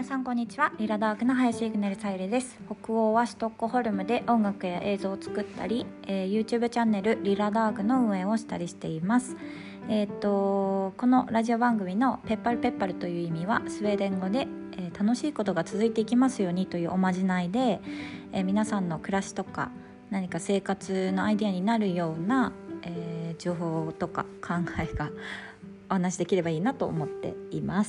さんこんにちは。リラダークの林イグネルさゆりです。北欧はストックホルムで音楽や映像を作ったり、YouTube チャンネルリラダークの運営をしたりしています。このラジオ番組のペッパルペッパルという意味はスウェーデン語で、楽しいことが続いていきますようにというおまじないで、皆さんの暮らしとか何か生活のアイデアになるような、情報とか考えがお話しできればいいなと思っています。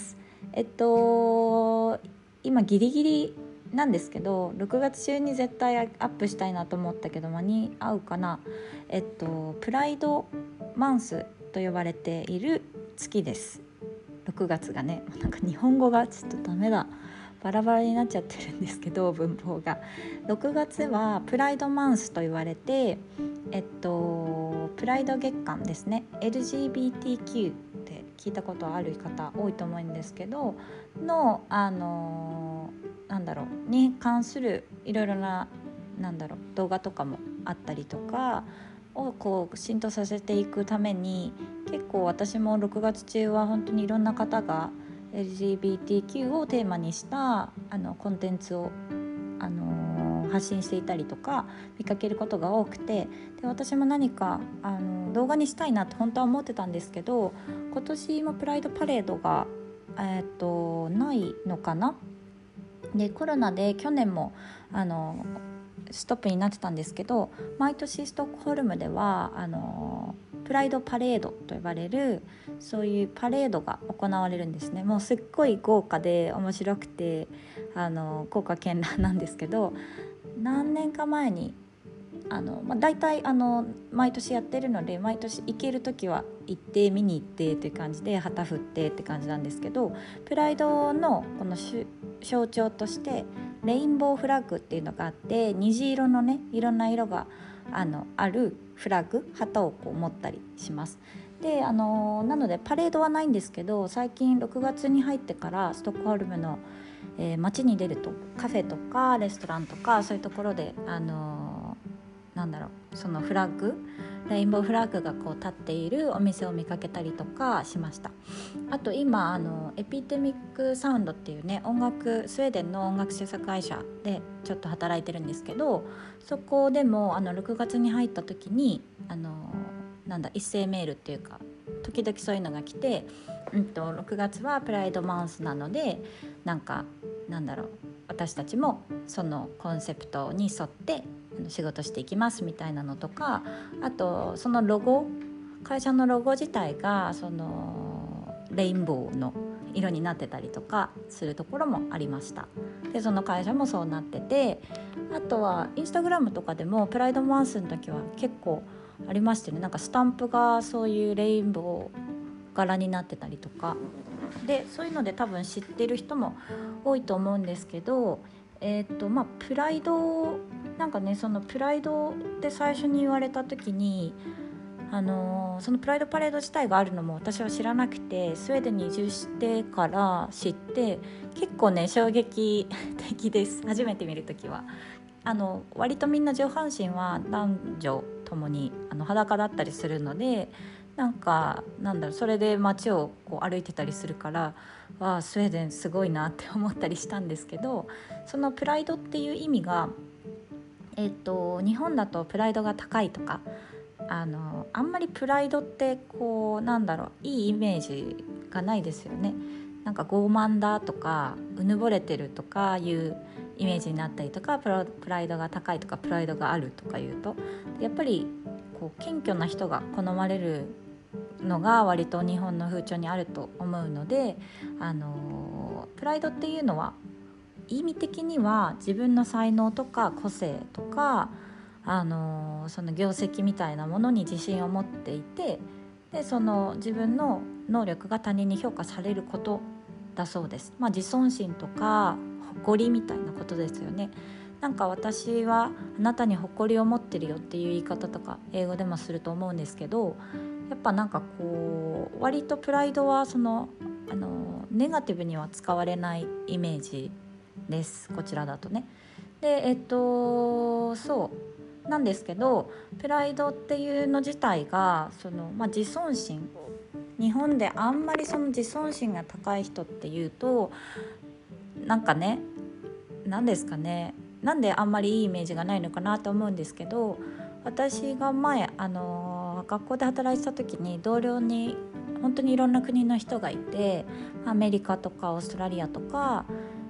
今ギリギリなんですけど、6月中に絶対アップしたいなと思ったけど間に合うかな。プライドマンスと呼ばれている月です。6月がね、なんか日本語がちょっとダメだ、バラバラになっちゃってるんですけど、文法が。6月はプライドマンスと言われて、プライド月間ですね。 LGBTQって聞いたことある方多いと思うんですけどの、に関するいろいろな動画とかもあったりとかをこう浸透させていくために、結構私も6月中は本当にいろんな方が LGBTQ をテーマにしたコンテンツを発信していたりとか見かけることが多くて、で私も何か動画にしたいなって本当は思ってたんですけど、今年もプライドパレードが、ないのかな。でコロナで去年もストップになってたんですけど、毎年ストックホルムではプライドパレードと呼ばれるそういうパレードが行われるんですね。もうすっごい豪華で面白くて豪華絢爛なんですけど、何年か前に大体毎年やってるので、毎年行ける時は行って見に行ってっていう感じで旗振ってって感じなんですけど、プライドのこの象徴としてレインボーフラッグっていうのがあって、虹色のねいろんな色があるフラッグ、旗をこう持ったりします。でなのでパレードはないんですけど、最近6月に入ってからストックホルムの、街に出るとカフェとかレストランとかそういうところでそのフラッグ、レインボーフラッグがこう立っているお店を見かけたりとかしました。あと今エピデミックサウンドっていうねスウェーデンの音楽制作会社でちょっと働いてるんですけど、そこでも6月に入った時に一斉メールっていうか時々そういうのが来て、6月はプライドマンスなので私たちもそのコンセプトに沿って仕事していきますみたいなのとか、あとそのロゴ、会社のロゴ自体がそのレインボーの色になってたりとかするところもありました。でその会社もそうなってて、あとはインスタグラムとかでもプライドマンスの時は結構ありましてね、なんかスタンプがそういうレインボー柄になってたりとかで、そういうので多分知ってる人も多いと思うんですけど、プライドそのプライドって最初に言われた時にそのプライドパレード自体があるのも私は知らなくて、スウェーデンに移住してから知って結構ね衝撃的です。初めて見るときは割とみんな上半身は男女ともに裸だったりするので、それで街をこう歩いてたりするからスウェーデンすごいなって思ったりしたんですけど、そのプライドっていう意味が日本だとプライドが高いとかあんまりプライドってこういいイメージがないですよね。なんか傲慢だとかうぬぼれてるとかいうイメージになったりとか、プライドが高いとかプライドがあるとかいうとやっぱりこう謙虚な人が好まれるのが割と日本の風潮にあると思うので、プライドっていうのは意味的には自分の才能とか個性とかその業績みたいなものに自信を持っていて、でその自分の能力が他人に評価されることだそうです。自尊心とか誇りみたいなことですよね。私はあなたに誇りを持ってるよっていう言い方とか英語でもすると思うんですけど、やっぱ割とプライドはネガティブには使われないイメージです、こちらだとね。でそうなんですけど、プライドっていうの自体が自尊心、日本であんまりその自尊心が高い人っていうとなんかね、なんですかね、なんであんまりいいイメージがないのかなと思うんですけど、私が前学校で働いてた時に同僚に本当にいろんな国の人がいて、アメリカとかオーストラリアとか、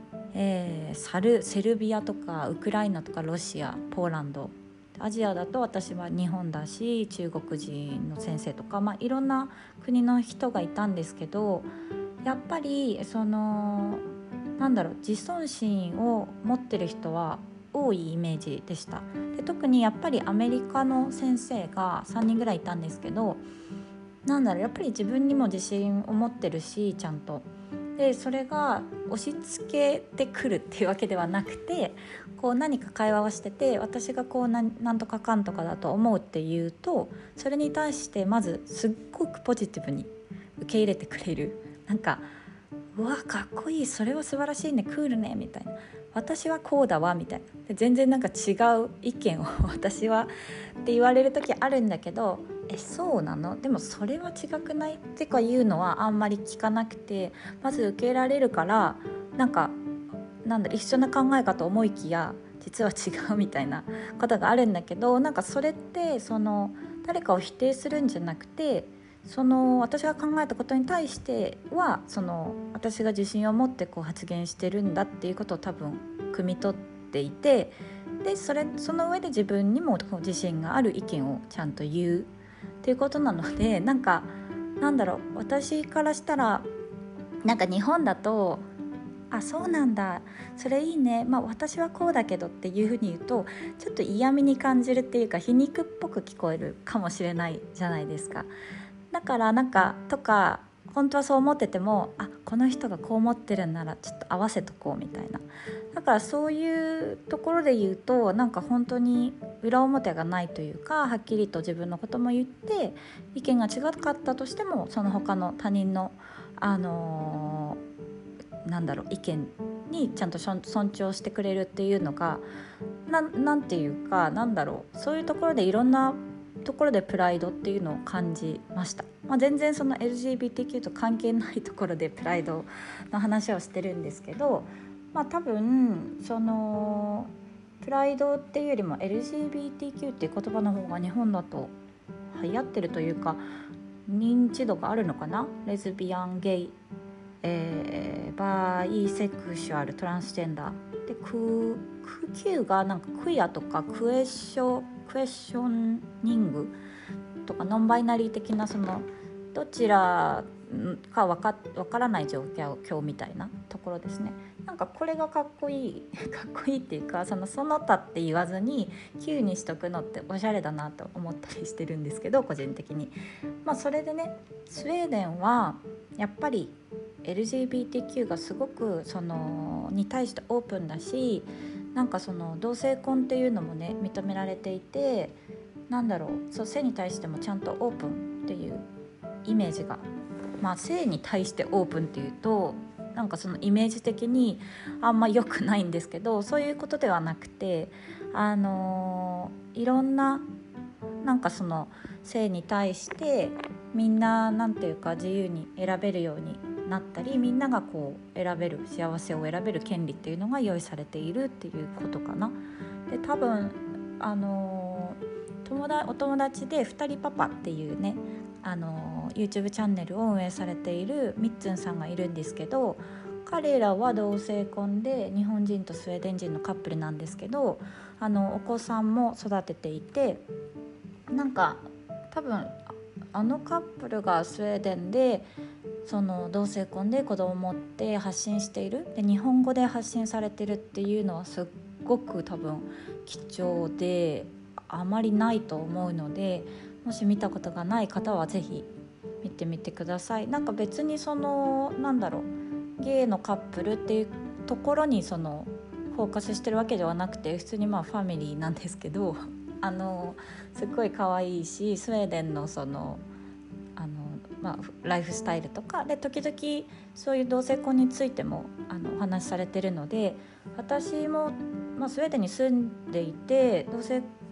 セルビアとかウクライナとかロシア、ポーランド、アジアだと私は日本だし中国人の先生とか、いろんな国の人がいたんですけど、やっぱり自尊心を持ってる人は多いイメージでした。で、特にやっぱりアメリカの先生が3人ぐらいいたんですけど、やっぱり自分にも自信を持ってるし、ちゃんとでそれが押し付けてくるっていうわけではなくて、こう何か会話をしてて、私がこうなんとかかんとかだと思うっていうと、それに対してまずすっごくポジティブに受け入れてくれる。うわかっこいい、それは素晴らしいね、クールねみたいな、私はこうだわみたいな、で全然違う意見を私はって言われる時あるんだけど、そうなの、でもそれは違くないってか言うのはあんまり聞かなくて、まず受け入れられるから、一緒な考えかと思いきや実は違うみたいなことがあるんだけど、それって誰かを否定するんじゃなくて、私が考えたことに対しては私が自信を持ってこう発言してるんだっていうことを多分汲み取っていて、でその上で自分にもこう自信がある意見をちゃんと言うっていうことなので、私からしたら日本だとそうなんだ、それいいね、私はこうだけどっていうふうに言うとちょっと嫌味に感じるっていうか皮肉っぽく聞こえるかもしれないじゃないですか。だからとか本当はそう思ってても、この人がこう思ってるんならちょっと合わせとこうみたいな、だからそういうところで言うと本当に裏表がないというか、はっきりと自分のことも言って、意見が違かったとしてもその他の他人の意見にちゃんと尊重してくれるっていうのがなんていうかそういうところでいろんなところでプライドっていうのを感じました。全然その LGBTQ と関係ないところでプライドの話をしてるんですけど、多分プライドっていうよりも LGBTQ っていう言葉の方が日本だと流行ってるというか認知度があるのかな。レズビアン、ゲイ、バイセクシュアル、トランスジェンダーで、Q がクイアとかクエスチョンニングとかノンバイナリー的などちらか分からない状況みたいなところですね。これがかっこいいかっこいいっていうか、その他って言わずに Q にしとくのっておしゃれだなと思ったりしてるんですけど、個人的に。それでね、スウェーデンはやっぱり LGBTQ がすごくに対してオープンだし、同性婚っていうのもね認められていて、性に対してもちゃんとオープンっていうイメージが、性に対してオープンっていうとそのイメージ的にあんま良くないんですけど、そういうことではなくて、いろんな性に対してみんな自由に選べるようになったり、みんながこう選べる、幸せを選べる権利っていうのが用意されているっていうことかな。で多分お友達で二人パパっていうねYouTube チャンネルを運営されているみっつんさんがいるんですけど、彼らは同性婚で日本人とスウェーデン人のカップルなんですけど、お子さんも育てていて、多分カップルがスウェーデンで同性婚で子供を持って発信している、で日本語で発信されてるっていうのはすっごく多分貴重であまりないと思うので、もし見たことがない方はぜひ見てみてください。別にゲイのカップルっていうところにフォーカスしてるわけではなくて、普通にファミリーなんですけどすっごい可愛いし、スウェーデンのライフスタイルとかで時々そういう同性婚についてもお話しされてるので、私も、スウェーデンに住んでいて同性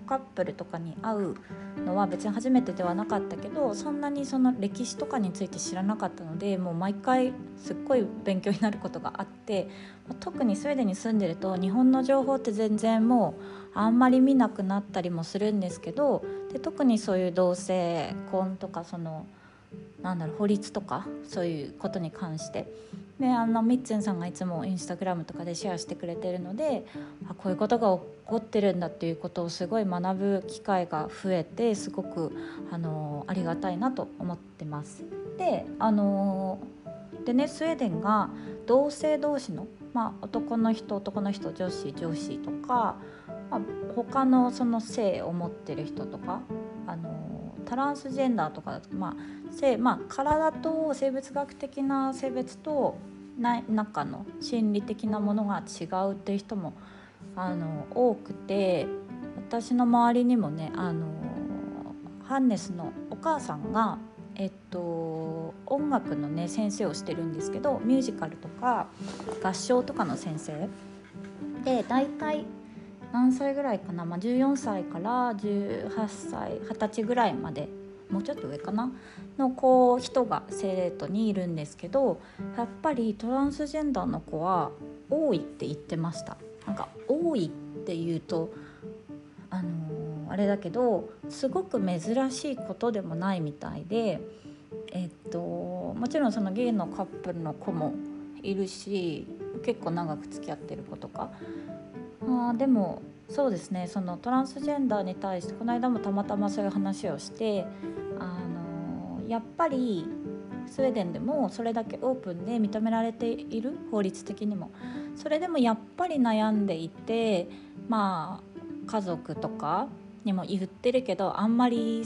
カップルとかに会うのは別に初めてではなかったけど、そんなにその歴史とかについて知らなかったので、もう毎回すっごい勉強になることがあって、特にスウェーデンに住んでると日本の情報って全然もうあんまり見なくなったりもするんですけど、で特にそういう同性婚とか法律とかそういうことに関してで、ミッツェンさんがいつもインスタグラムとかでシェアしてくれてるので、こういうことが起こってるんだっていうことをすごい学ぶ機会が増えて、すごくありがたいなと思ってます。でね、スウェーデンが同性同士の、男の人女子とか、他のその性を持ってる人とかタランスジェンダーとか、体と生物学的な性別と中の心理的なものが違うっていう人も多くて、私の周りにもねハンネスのお母さんが、音楽のね先生をしてるんですけど、ミュージカルとか合唱とかの先生で、だいたい何歳ぐらいかな、14歳から18歳20歳ぐらいまで、もうちょっと上かなの人が生徒にいるんですけど、やっぱりトランスジェンダーの子は多いって言ってました。なんか多いっていうとあれだけど、すごく珍しいことでもないみたいで、もちろんそのゲイのカップルの子もいるし、結構長く付き合ってる子とか、でもそうですね、そのトランスジェンダーに対してこの間もたまたまそういう話をして、やっぱりスウェーデンでもそれだけオープンで認められている、法律的にもそれでもやっぱり悩んでいて、家族とかにも言ってるけど、あんまり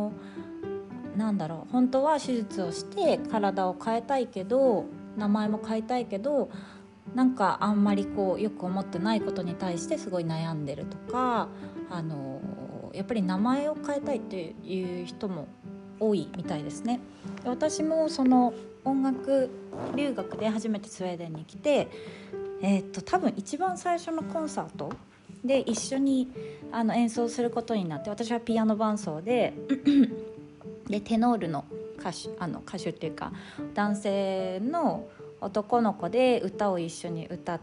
本当は手術をして体を変えたいけど、名前も変えたいけど、なんかあんまりよく思ってないことに対してすごい悩んでるとか、やっぱり名前を変えたいっていう人も多いみたいですね。私もその音楽留学で初めてスウェーデンに来て、多分一番最初のコンサートで一緒に演奏することになって、私はピアノ伴奏ででテノールの歌手っていうか男性の男の子で歌を一緒に歌って、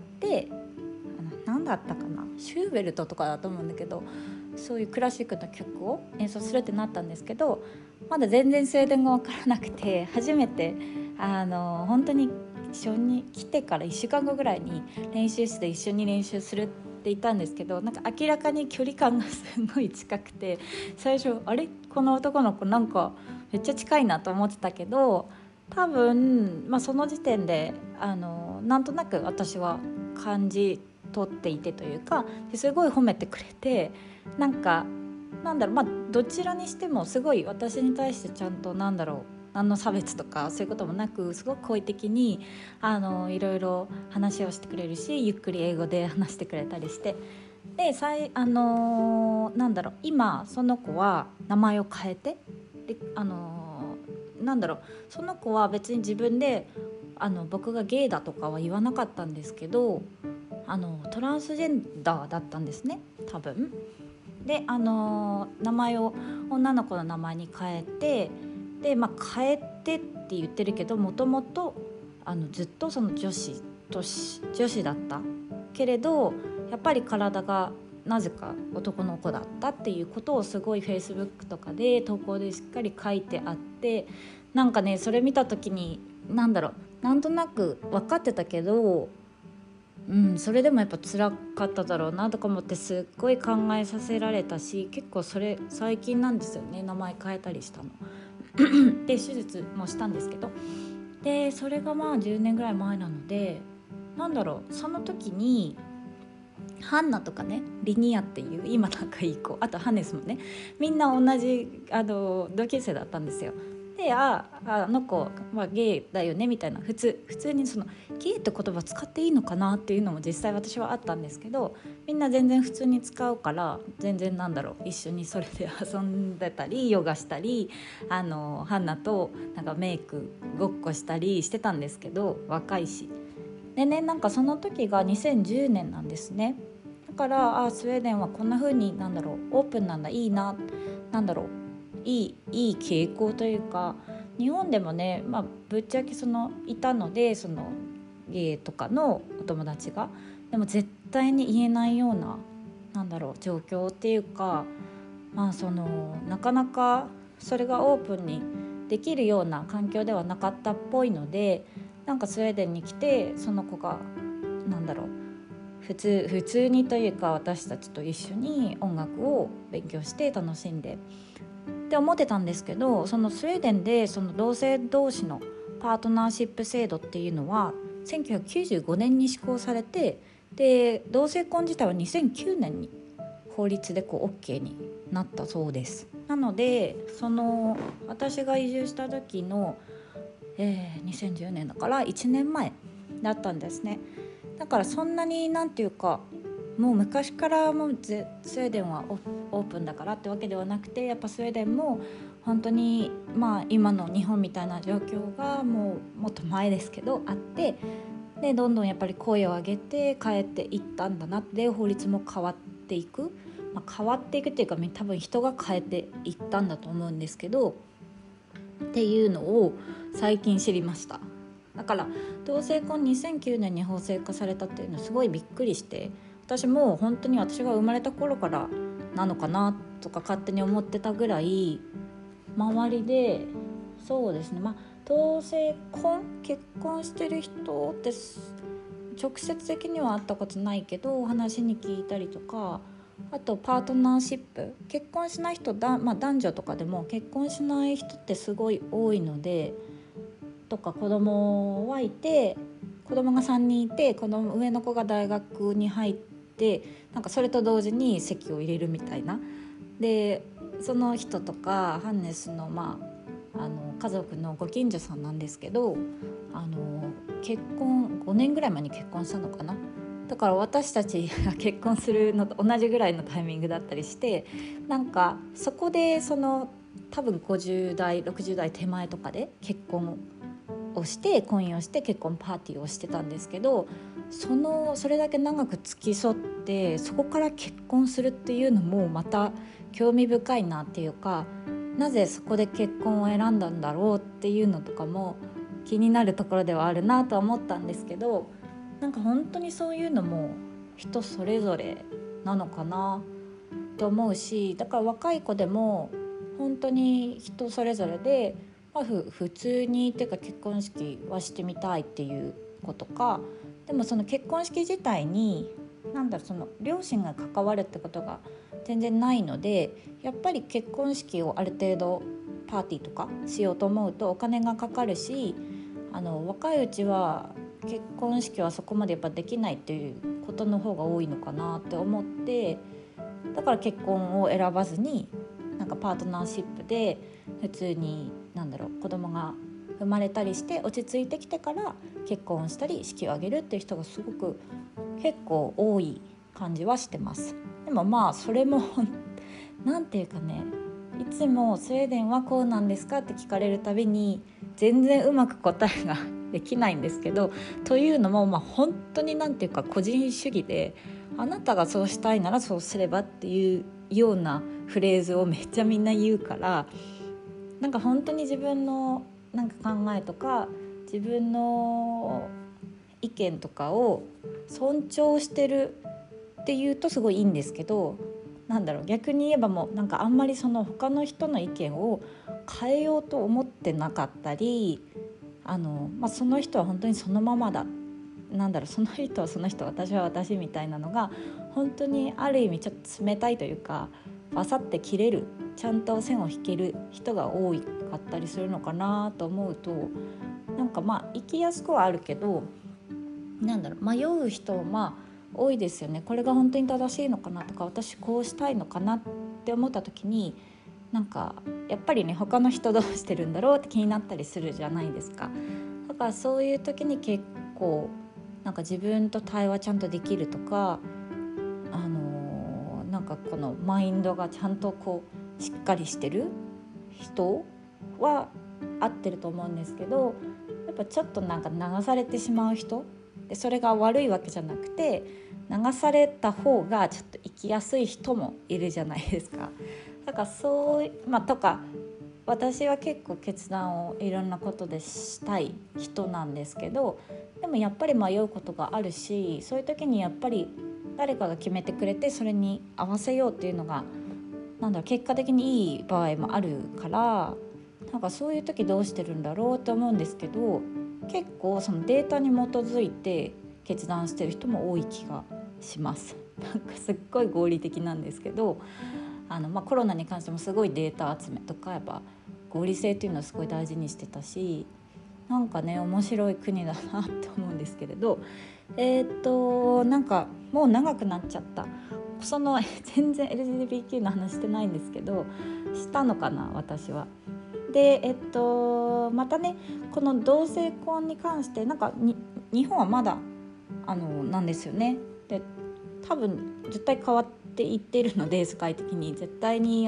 何だったかな、シューベルトとかだと思うんだけど、そういうクラシックの曲を演奏するってなったんですけど、まだ全然スウェーデン語分からなくて、初めて本当に一緒に来てから1週間後ぐらいに練習室で一緒に練習するって言ったんですけど、なんか明らかに距離感がすごい近くて、最初この男の子なんかめっちゃ近いなと思ってたけど、多分、その時点でなんとなく私は感じ取っていてというか、すごい褒めてくれて、どちらにしてもすごい私に対してちゃんと何の差別とかそういうこともなく、すごく好意的にいろいろ話をしてくれるし、ゆっくり英語で話してくれたりして、で今その子は名前を変えて、でその子は別に自分で僕がゲイだとかは言わなかったんですけど、トランスジェンダーだったんですね、多分。で名前を女の子の名前に変えて、で、変えてって言ってるけど、もともとずっとその女子だったけれど、やっぱり体がなぜか男の子だったっていうことをすごい Facebook とかで投稿でしっかり書いてあって、なんかね、それ見た時になんとなく分かってたけど、それでもやっぱ辛かっただろうなとか思って、すっごい考えさせられたし、結構それ最近なんですよね、名前変えたりしたので手術もしたんですけど、でそれが10年ぐらい前なので、その時にハンナとかね、リニアっていう今仲いい子、あとハネスもね、みんな同じ同級生だったんですよ。であの子、ゲイだよねみたいな、普通にそのゲイって言葉使っていいのかなっていうのも実際私はあったんですけど、みんな全然普通に使うから、全然一緒にそれで遊んでたりヨガしたり、ハンナとメイクごっこしたりしてたんですけど、若いしでね、その時が2010年なんですね。だからスウェーデンはこんな風にオープンなんだ、いいな、いい傾向というか、日本でもね、ぶっちゃけいたので、ゲイとかのお友達が、でも絶対に言えないような状況っていうか、なかなかそれがオープンにできるような環境ではなかったっぽいので、スウェーデンに来てその子が普通にというか、私たちと一緒に音楽を勉強して楽しんでって思ってたんですけど、スウェーデンで同性同士のパートナーシップ制度っていうのは1995年に施行されて、で同性婚自体は2009年に法律でOK になったそうです。なので私が移住した時の、2010年だから1年前だったんですね。だからそんなにもう昔からスウェーデンはオープンだからってわけではなくて、やっぱスウェーデンも本当に今の日本みたいな状況がもっと前ですけどあって、でどんどんやっぱり声を上げて変えていったんだなって、法律も変わっていく、変わっていくっていうか多分人が変えていったんだと思うんですけど、っていうのを最近知りました。だから同性婚2009年に法制化されたっていうのはすごいびっくりして、私も本当に私が生まれた頃からなのかなとか勝手に思ってたぐらい、周りでそうですね、同性婚結婚してる人って直接的には会ったことないけど話に聞いたりとか、あとパートナーシップ、結婚しない人男女とかでも結婚しない人ってすごい多いので、とか子供はいて、子供が3人いて、上の子が大学に入って、それと同時に籍を入れるみたいな。でその人とかハンネスの、家族のご近所さんなんですけど、結婚5年ぐらい前に結婚したのかな。だから私たちが結婚するのと同じぐらいのタイミングだったりして、そこで多分50代60代手前とかで結婚をして婚姻をして結婚パーティーをしてたんですけど、それだけ長く付き添ってそこから結婚するっていうのもまた興味深いなっていうか、なぜそこで結婚を選んだんだろうっていうのとかも気になるところではあるなとは思ったんですけど、本当にそういうのも人それぞれなのかなと思うし、だから若い子でも本当に人それぞれで、普通にっていうか結婚式はしてみたいっていう子とか、でもその結婚式自体に両親が関わるってことが全然ないので、やっぱり結婚式をある程度パーティーとかしようと思うとお金がかかるし、若いうちは結婚式はそこまでやっぱできないっていうことの方が多いのかなって思って、だから結婚を選ばずにパートナーシップで普通に子供が生まれたりして落ち着いてきてから結婚したり式を挙げるっていう人がすごく結構多い感じはしてます。でもそれもなんていうかね、いつもスウェーデンはこうなんですかって聞かれるたびに全然うまく答えができないんですけど、というのも本当になんていうか個人主義で、あなたがそうしたいならそうすればっていうようなフレーズをめっちゃみんな言うから、本当に自分の考えとか自分の意見とかを尊重してるっていうとすごいいいんですけど、逆に言えばもうあんまり他の人の意見を変えようと思ってなかったり、その人は本当にそのままだ、その人はその人、私は私みたいなのが本当にある意味ちょっと冷たいというか、バサッて切れる、ちゃんと線を引ける人が多かったりするのかなと思うと、生きやすくはあるけど迷う人多いですよね。これが本当に正しいのかなとか、私こうしたいのかなって思った時にやっぱりね、他の人どうしてるんだろうって気になったりするじゃないですか。だからそういう時に結構自分と対話ちゃんとできるとか、このマインドがちゃんとしっかりしてる人は合ってると思うんですけど、やっぱちょっと流されてしまう人でそれが悪いわけじゃなくて、流された方がちょっと生きやすい人もいるじゃないですか。だからそう、とか私は結構決断をいろんなことでしたい人なんですけど、でもやっぱり迷うことがあるし、そういう時にやっぱり誰かが決めてくれてそれに合わせようっていうのが結果的にいい場合もあるから、そういう時どうしてるんだろうと思うんですけど、結構そのデータに基づいて決断してる人も多い気がします。すっごい合理的なんですけど、コロナに関してもすごいデータ集めとかやっぱ合理性っていうのをすごい大事にしてたし、面白い国だなって思うんですけれど、もう長くなっちゃった。全然 LGBTQ の話してないんですけど、したのかな私は。でまたね、この同性婚に関して日本はまだなんですよね。で多分絶対変わっていっているので、世界的に絶対に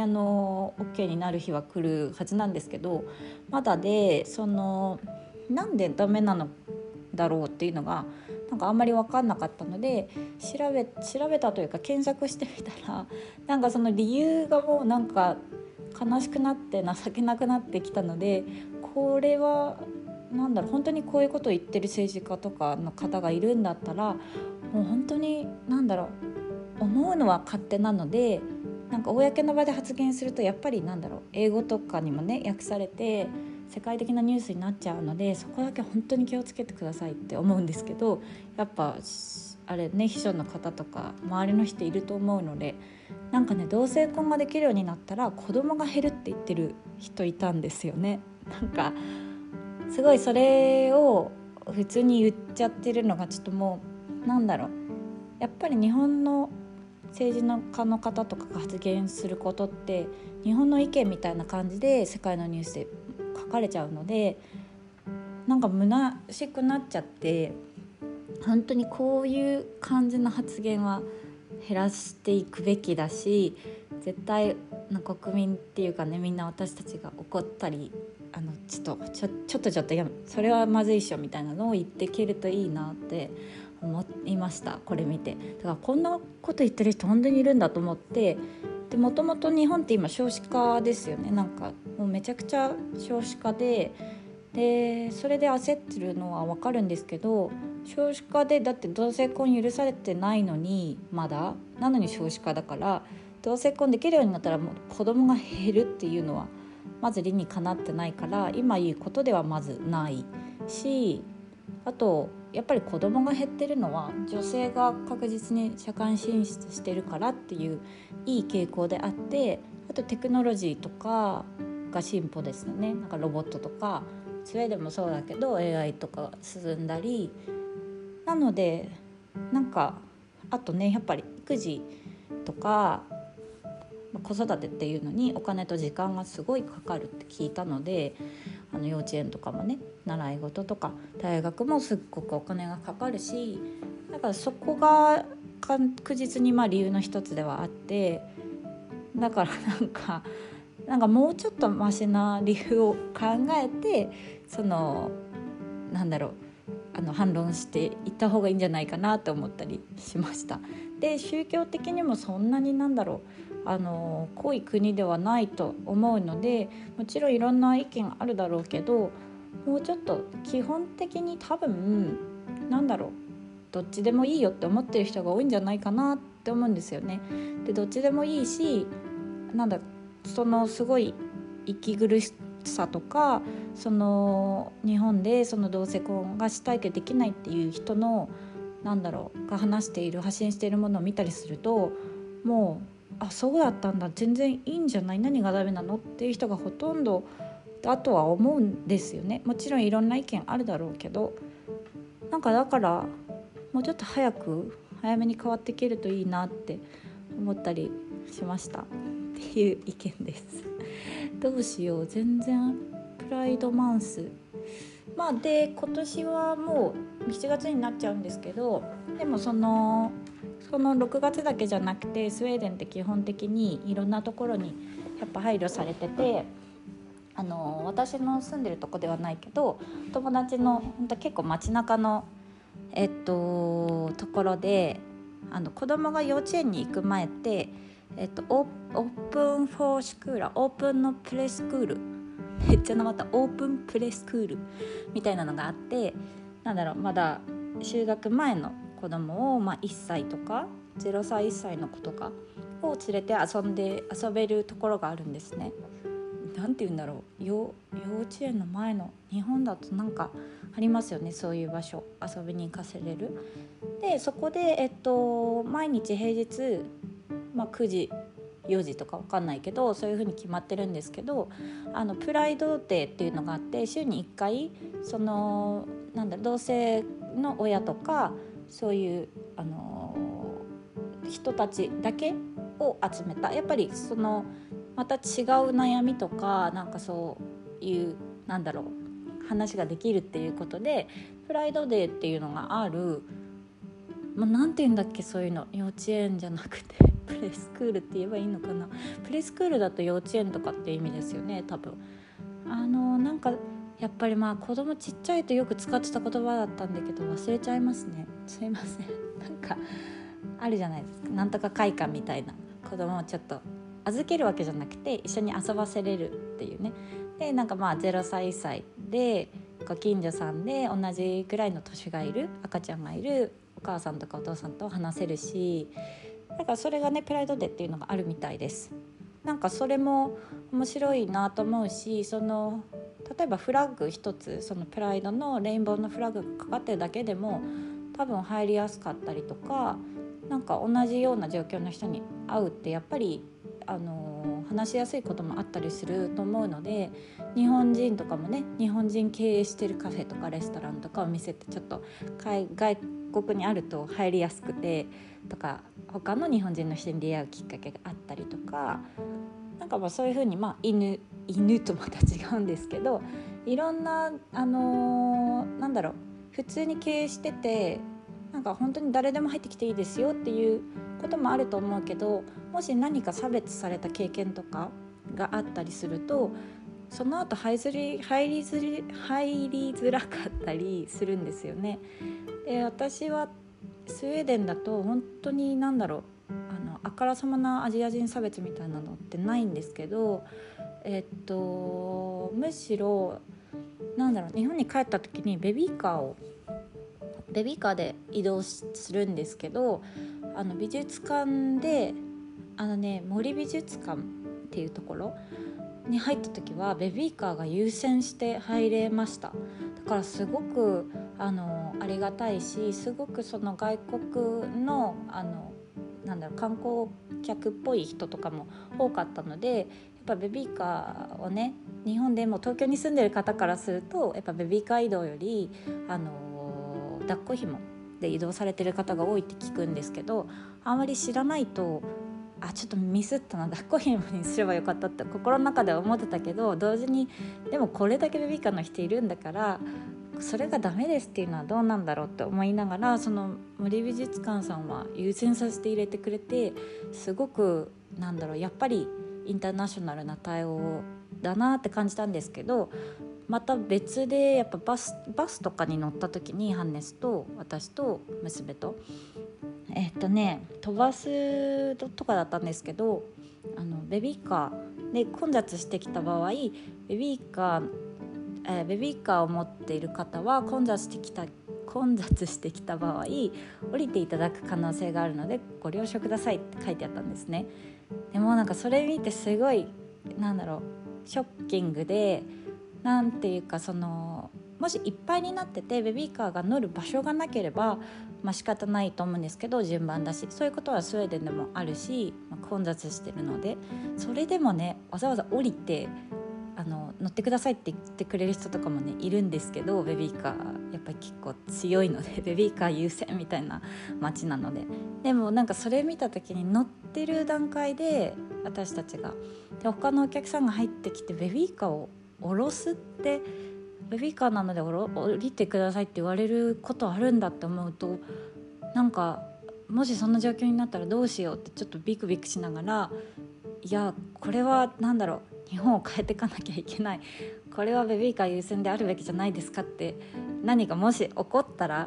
OK になる日は来るはずなんですけど、まだでなんでダメなのだろうっていうのがあんまり分かんなかったので、調べたというか検索してみたらその理由がもう悲しくなって情けなくなってきたので、これは本当にこういうことを言ってる政治家とかの方がいるんだったら、もう本当に思うのは勝手なので、公の場で発言するとやっぱり英語とかにもね訳されて世界的なニュースになっちゃうので、そこだけ本当に気をつけてくださいって思うんですけど、やっぱあれね、秘書の方とか周りの人いると思うので、同性婚ができるようになったら子供が減るって言ってる人いたんですよね。すごいそれを普通に言っちゃってるのがちょっともうやっぱり日本の政治家の方とかが発言することって日本の意見みたいな感じで世界のニュースで書かれちゃうので、虚しくなっちゃって、本当にこういう感じの発言は減らしていくべきだし、絶対国民っていうかね、みんな私たちが怒ったりちょっといやそれはまずいっしょみたいなのを言っていけるといいなって思いました。これ見て、だからこんなこと言ってる人本当にいるんだと思って、でもともと日本って今少子化ですよね。もうめちゃくちゃ少子化でそれで焦ってるのは分かるんですけど、少子化でだって同性婚許されてないのになのに少子化だから、同性婚できるようになったらもう子供が減るっていうのはまず理にかなってないから、今言うことではまずないし、あとやっぱり子供が減ってるのは女性が確実に社会進出してるからっていういい傾向であって、あとテクノロジーとかが進歩ですよね。ロボットとかスウェーデンもそうだけど AI とか進んだりなので、あとね、やっぱり育児とか子育てっていうのにお金と時間がすごいかかるって聞いたので、幼稚園とかもね、習い事とか大学もすっごくお金がかかるし、だからそこが確実に理由の一つではあって、だからもうちょっとマシな理由を考えて反論していった方がいいんじゃないかなと思ったりしました。で宗教的にもそんなに濃い国ではないと思うので、もちろんいろんな意見あるだろうけど、もうちょっと基本的に多分どっちでもいいよって思ってる人が多いんじゃないかなって思うんですよね。でどっちでもいいし、すごい息苦しさとか日本で同性婚がしたいけどできないっていう人のが話している発信しているものを見たりすると、もうそうだったんだ、全然いいんじゃない、何がダメなのっていう人がほとんどだとは思うんですよね。もちろんいろんな意見あるだろうけど、だからもうちょっと早めに変わっていけるといいなって思ったりしましたっていう意見ですどうしよう、全然プライドマンスで今年はもう7月になっちゃうんですけど、でもその6月だけじゃなくてスウェーデンって基本的にいろんなところにやっぱ配慮されてて、私の住んでるとこではないけど友達の本当結構街中のところで子供が幼稚園に行く前って、オープンフォースクール、オープンのプレスクール、めっちゃなまったオープンプレスクールみたいなのがあって、まだ就学前の子供を、1歳とか0歳1歳の子とかを連れて遊べるところがあるんですね。なんて言うんだろう、幼稚園の前の、日本だとなんかありますよね、そういう場所、遊びに行かせれる。でそこで、毎日平日、9時4時とか分かんないけど、そういう風に決まってるんですけど、プライドデーっていうのがあって、週に1回その同性の親とかそういう人たちだけを集めた、やっぱりそのまた違う悩みとかそういう話ができるっていうことで、プライドデーっていうのがある。なんて言うんだっけ、そういうの、幼稚園じゃなくてプレスクールって言えばいいのかな。プレスクールだと幼稚園とかって意味ですよね、多分。やっぱり子供ちっちゃいとよく使ってた言葉だったんだけど忘れちゃいますね、すいません。あるじゃないですか、なんとか会館みたいな、子供をちょっと預けるわけじゃなくて一緒に遊ばせれるっていうね。で0歳1歳でご近所さんで同じぐらいの年がいる赤ちゃんがいるお母さんとかお父さんと話せるし、それがねプライドデーっていうのがあるみたいです。それも面白いなと思うし、例えばフラッグ一つ、そのプライドのレインボーのフラッグがかかってるだけでも多分入りやすかったりとか、同じような状況の人に会うってやっぱり話しやすいこともあったりすると思うので、日本人とかもね、日本人経営してるカフェとかレストランとかお店ってちょっと外国にあると入りやすくてとか、他の日本人の人に出会うきっかけがあったりとか、そういうふうに犬とまた違うんですけど、いろんな普通に経営してて本当に誰でも入ってきていいですよっていうこともあると思うけど、もし何か差別された経験とかがあったりすると、その後入りづらかったりするんですよね。で私はスウェーデンだと本当にあからさまなアジア人差別みたいなのってないんですけど、むしろ日本に帰った時にベビーカーで移動するんですけど、美術館で森美術館っていうところに入った時はベビーカーが優先して入れました。だからすごくありがたいし、すごくその外国の観光客っぽい人とかも多かったので、やっぱベビーカーをね、日本でも東京に住んでる方からするとやっぱベビーカー移動より抱っこ紐で移動されてる方が多いって聞くんですけど、あんまり知らないとちょっとミスったな、抱っこ紐にすればよかったって心の中では思ってたけど、同時にでもこれだけベビーカーの人いるんだからそれがダメですっていうのはどうなんだろうって思いながら、その森美術館さんは優先させて入れてくれて、すごくやっぱりインターナショナルな対応だなって感じたんですけど、また別でやっぱバスとかに乗った時にハンネスと私と娘と飛ばすとかだったんですけど、ベビーカーで混雑してきた場合、ベビーカーを持っている方は混雑してきた場合降りていただく可能性があるのでご了承くださいって書いてあったんですね。でもそれ見てすごいショッキングで、もしいっぱいになっててベビーカーが乗る場所がなければ仕方ないと思うんですけど、順番だし、そういうことはスウェーデンでもあるし、混雑してるので、それでもねわざわざ降りて乗ってくださいって言ってくれる人とかもねいるんですけど、ベビーカーやっぱり結構強いのでベビーカー優先みたいな街なので、でもそれ見た時に乗ってる段階で私たちが他のお客さんが入ってきてベビーカーを降ろすって、ベビーカーなので降りてくださいって言われることあるんだって思うと、もしそんな状況になったらどうしようってちょっとビクビクしながら、いやこれは日本を変えていかなきゃいけない、これはベビーカー優先であるべきじゃないですかって、何かもし起こったら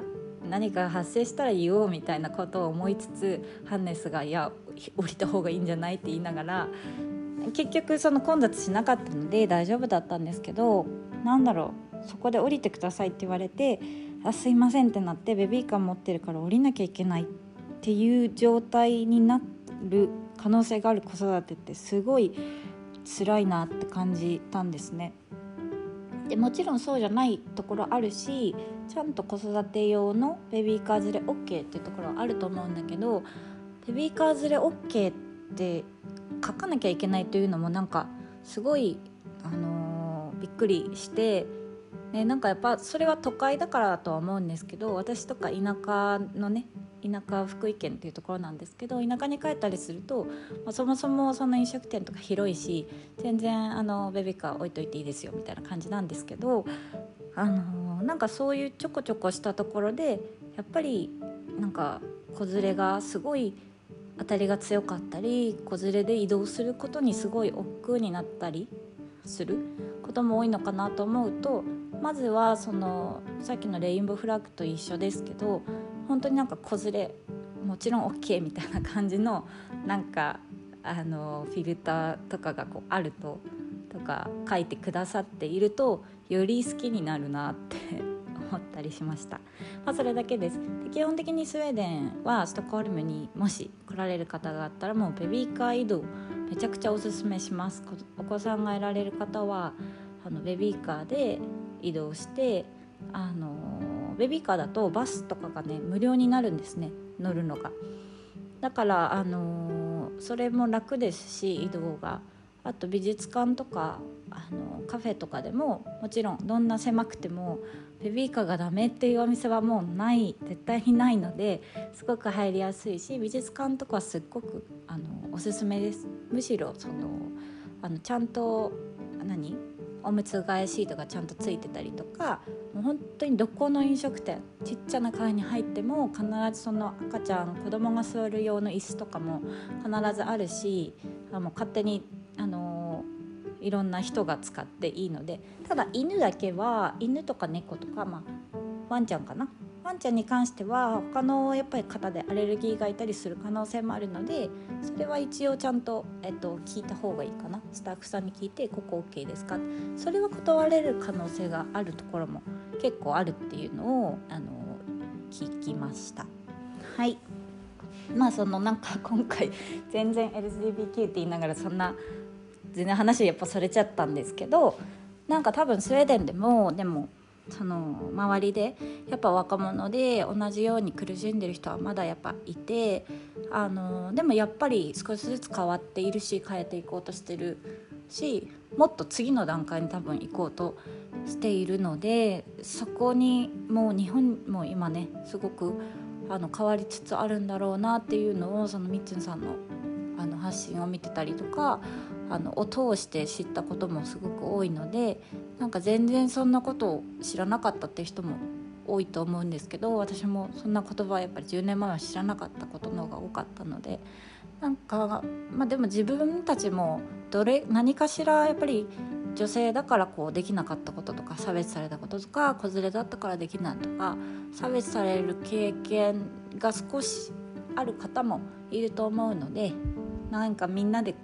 何か発生したら言おうみたいなことを思いつつ、ハンネスがいや降りた方がいいんじゃないって言いながら、結局その混雑しなかったので大丈夫だったんですけど、そこで降りてくださいって言われて、すいませんってなって、ベビーカー持ってるから降りなきゃいけないっていう状態になる可能性がある子育てってすごい辛いなって感じたんですね。でもちろんそうじゃないところあるし、ちゃんと子育て用のベビーカー連れ OK っていうところはあると思うんだけど、ベビーカー連れ OK って書かなきゃいけないというのもすごい、びっくりして、やっぱそれは都会だからだとは思うんですけど、私とか田舎福井県っていうところなんですけど、田舎に帰ったりすると、そもそもその飲食店とか広いし、全然ベビーカー置いといていいですよみたいな感じなんですけど、そういうちょこちょこしたところでやっぱり子連れがすごい当たりが強かったり、子連れで移動することにすごい億劫になったりすることも多いのかなと思うと、まずはさっきのレインボーフラッグと一緒ですけど、本当に子連れもちろん OK みたいな感じのフィルターとかがあるとか書いてくださっていると、より好きになるなって思ったりしました。それだけです。で、基本的にスウェーデンはストックホルムにもし来られる方があったら、もうベビーカー移動めちゃくちゃおすすめします。お子さんがいられる方はベビーカーで移動して、ベビーカーだとバスとかがね無料になるんですね、乗るのが。だからそれも楽ですし、移動が。あと美術館とかカフェとかでも、もちろんどんな狭くてもベビーカーがダメっていうお店はもう絶対にないので、すごく入りやすいし、美術館とかすっごくおすすめです。むしろちゃんとおむつ替えシートがちゃんとついてたりとか、もう本当にどこの飲食店、ちっちゃな階に入っても必ずその子供が座る用の椅子とかも必ずあるし、もう勝手にいろんな人が使っていいので。ただ犬とか猫とか、ワンちゃんに関しては他のやっぱり方でアレルギーがいたりする可能性もあるので、それは一応ちゃんと、聞いた方がいいかな。スタッフさんに聞いて、ここ OK ですか、それは断れる可能性があるところも結構あるっていうのを聞きました。はい。今回全然 LGBTQ って言いながら全然話やっぱそれちゃったんですけど、多分スウェーデンでも周りでやっぱ若者で同じように苦しんでる人はまだやっぱいて、でもやっぱり少しずつ変わっているし、変えていこうとしてるし、もっと次の段階に多分行こうとしているので、そこにもう日本も今ねすごく変わりつつあるんだろうなっていうのを、そのみっつんさんの発信を見てたりとかを通して知ったこともすごく多いので、全然そんなことを知らなかったっていう人も多いと思うんですけど、私もそんな言葉はやっぱり10年前は知らなかったことの方が多かったので、でも自分たちも何かしらやっぱり女性だからできなかったこととか、差別されたこととか、子連れだったからできないとか、差別される経験が少しある方もいると思うので、みんなで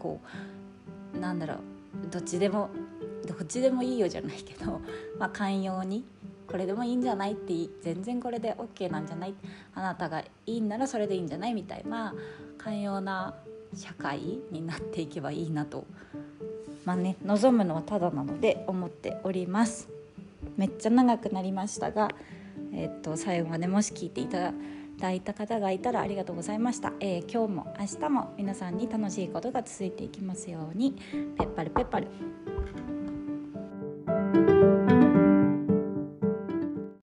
どっちでもいいよじゃないけど、寛容にこれでもいいんじゃないって、全然これで OK なんじゃない、あなたがいいんならそれでいいんじゃないみたいな寛容な社会になっていけばいいなと、望むのはただなので思っております。めっちゃ長くなりましたが、最後までもし聞いていただいた方がいたらありがとうございました。今日も明日も皆さんに楽しいことが続いていきますように。ペッパルペッパル。